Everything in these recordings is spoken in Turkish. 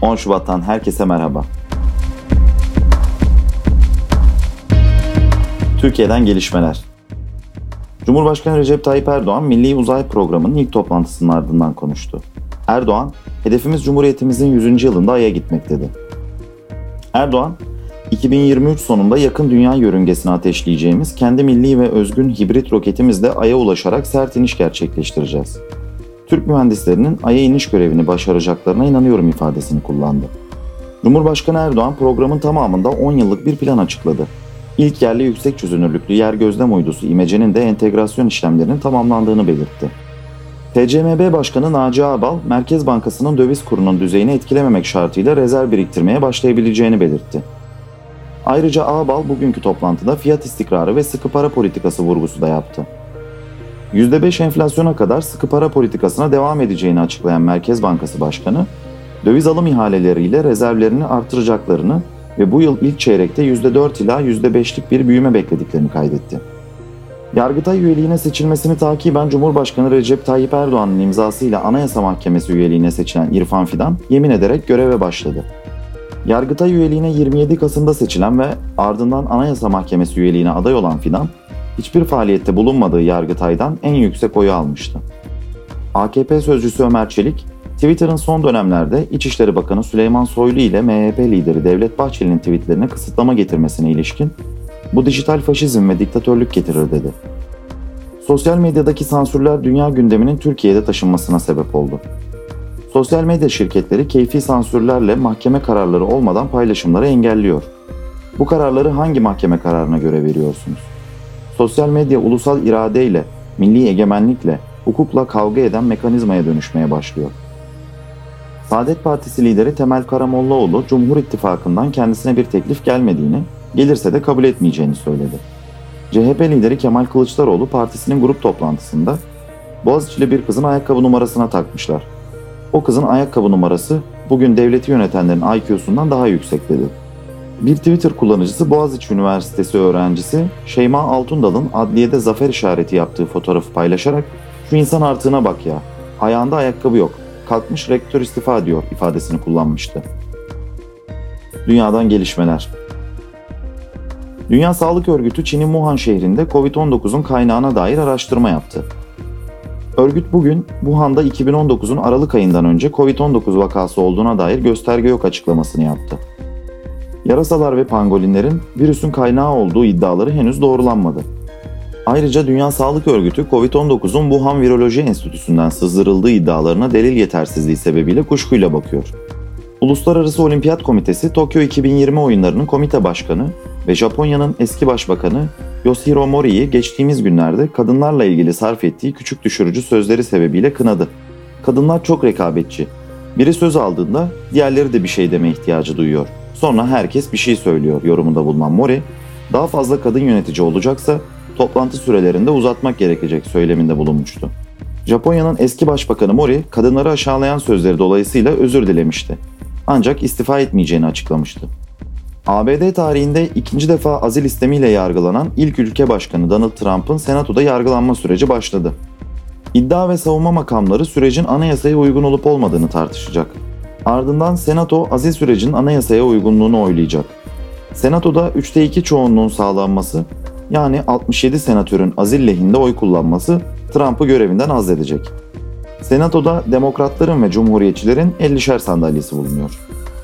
10 Şubat'tan herkese merhaba. Türkiye'den gelişmeler. Cumhurbaşkanı Recep Tayyip Erdoğan, Milli Uzay Programı'nın ilk toplantısının ardından konuştu. Erdoğan, hedefimiz Cumhuriyetimizin 100. yılında Ay'a gitmek dedi. Erdoğan, 2023 sonunda yakın dünya yörüngesine ateşleyeceğimiz kendi milli ve özgün hibrit roketimizle Ay'a ulaşarak sert iniş gerçekleştireceğiz. Türk mühendislerinin Ay'a iniş görevini başaracaklarına inanıyorum ifadesini kullandı. Cumhurbaşkanı Erdoğan programın tamamında 10 yıllık bir plan açıkladı. İlk yerli yüksek çözünürlüklü yer gözlem uydusu İMECE'nin de entegrasyon işlemlerinin tamamlandığını belirtti. TCMB Başkanı Naci Ağbal, Merkez Bankası'nın döviz kurunun düzeyini etkilememek şartıyla rezerv biriktirmeye başlayabileceğini belirtti. Ayrıca Ağbal bugünkü toplantıda fiyat istikrarı ve sıkı para politikası vurgusu da yaptı. %5 enflasyona kadar sıkı para politikasına devam edeceğini açıklayan Merkez Bankası Başkanı, döviz alım ihaleleriyle rezervlerini artıracaklarını ve bu yıl ilk çeyrekte %4 ila %5'lik bir büyüme beklediklerini kaydetti. Yargıtay üyeliğine seçilmesini takiben Cumhurbaşkanı Recep Tayyip Erdoğan'ın imzasıyla Anayasa Mahkemesi üyeliğine seçilen İrfan Fidan yemin ederek göreve başladı. Yargıtay üyeliğine 27 Kasım'da seçilen ve ardından Anayasa Mahkemesi üyeliğine aday olan Fidan, hiçbir faaliyette bulunmadığı Yargıtay'dan en yüksek oyu almıştı. AKP sözcüsü Ömer Çelik, Twitter'ın son dönemlerde İçişleri Bakanı Süleyman Soylu ile MHP lideri Devlet Bahçeli'nin tweetlerine kısıtlama getirmesine ilişkin, "Bu dijital faşizm ve diktatörlük getirir" dedi. Sosyal medyadaki sansürler dünya gündeminin Türkiye'de taşınmasına sebep oldu. Sosyal medya şirketleri keyfi sansürlerle mahkeme kararları olmadan paylaşımları engelliyor. Bu kararları hangi mahkeme kararına göre veriyorsunuz? Sosyal medya ulusal iradeyle, milli egemenlikle, hukukla kavga eden mekanizmaya dönüşmeye başlıyor. Saadet Partisi lideri Temel Karamollaoğlu, Cumhur İttifakı'ndan kendisine bir teklif gelmediğini, gelirse de kabul etmeyeceğini söyledi. CHP lideri Kemal Kılıçdaroğlu partisinin grup toplantısında, Boğaziçi'li bir kızın ayakkabı numarasına takmışlar. O kızın ayakkabı numarası bugün devleti yönetenlerin IQ'sundan daha yüksek dedi. Bir Twitter kullanıcısı Boğaziçi Üniversitesi öğrencisi Şeyma Altundal'ın adliyede zafer işareti yaptığı fotoğrafı paylaşarak "Şu insan artığına bak ya, ayağında ayakkabı yok, kalkmış rektör istifa diyor" ifadesini kullanmıştı. Dünyadan gelişmeler. Dünya Sağlık Örgütü Çin'in Wuhan şehrinde Covid-19'un kaynağına dair araştırma yaptı. Örgüt bugün Wuhan'da 2019'un Aralık ayından önce Covid-19 vakası olduğuna dair gösterge yok açıklamasını yaptı. Yarasalar ve pangolinlerin virüsün kaynağı olduğu iddiaları henüz doğrulanmadı. Ayrıca Dünya Sağlık Örgütü Covid-19'un Wuhan Viroloji Enstitüsü'nden sızdırıldığı iddialarına delil yetersizliği sebebiyle kuşkuyla bakıyor. Uluslararası Olimpiyat Komitesi Tokyo 2020 oyunlarının komite başkanı ve Japonya'nın eski başbakanı Yoshiro Mori'yi geçtiğimiz günlerde kadınlarla ilgili sarf ettiği küçük düşürücü sözleri sebebiyle kınadı. "Kadınlar çok rekabetçi. Biri söz aldığında diğerleri de bir şey deme ihtiyacı duyuyor. Sonra herkes bir şey söylüyor" yorumunda bulunan Mori, daha fazla kadın yönetici olacaksa toplantı sürelerinde uzatmak gerekecek söyleminde bulunmuştu. Japonya'nın eski başbakanı Mori, kadınları aşağılayan sözleri dolayısıyla özür dilemişti. Ancak istifa etmeyeceğini açıklamıştı. ABD tarihinde ikinci defa azil istemiyle yargılanan ilk ülke başkanı Donald Trump'ın Senato'da yargılanma süreci başladı. İddia ve savunma makamları sürecin anayasaya uygun olup olmadığını tartışacak. Ardından Senato azil sürecinin anayasaya uygunluğunu oylayacak. Senato'da 3'te 2 çoğunluğun sağlanması, yani 67 senatörün azil lehinde oy kullanması Trump'ı görevinden azledecek. Senato'da Demokratların ve Cumhuriyetçilerin 50'şer sandalyesi bulunuyor.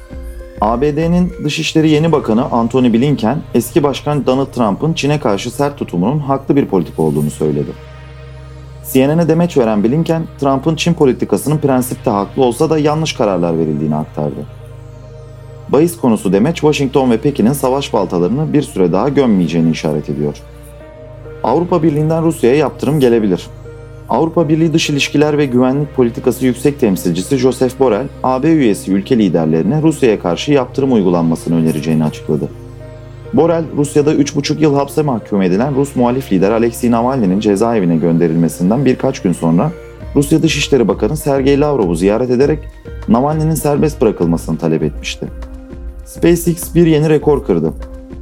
ABD'nin Dışişleri Yeni Bakanı Antony Blinken, eski başkan Donald Trump'ın Çin'e karşı sert tutumunun haklı bir politika olduğunu söyledi. CNN'e demeç veren Blinken, Trump'ın Çin politikasının prensipte haklı olsa da yanlış kararlar verildiğini aktardı. Bahis konusu demeç, Washington ve Pekin'in savaş baltalarını bir süre daha gömmeyeceğini işaret ediyor. Avrupa Birliği'nden Rusya'ya yaptırım gelebilir. Avrupa Birliği Dış İlişkiler ve Güvenlik Politikası Yüksek Temsilcisi Josep Borrell, AB üyesi ülke liderlerine Rusya'ya karşı yaptırım uygulanmasını önereceğini açıkladı. Borrell, Rusya'da 3,5 yıl hapse mahkum edilen Rus muhalif lider Alexei Navalny'nin cezaevine gönderilmesinden birkaç gün sonra Rusya Dışişleri Bakanı Sergey Lavrov'u ziyaret ederek Navalny'nin serbest bırakılmasını talep etmişti. SpaceX bir yeni rekor kırdı.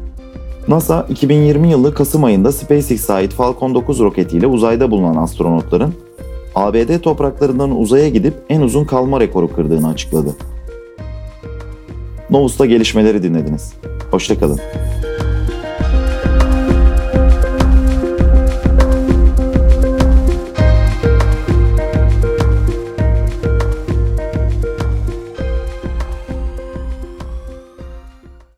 NASA, 2020 yılı Kasım ayında SpaceX'e ait Falcon 9 roketiyle uzayda bulunan astronotların ABD topraklarından uzaya gidip en uzun kalma rekoru kırdığını açıkladı. Novus'ta gelişmeleri dinlediniz. Hoşça kalın.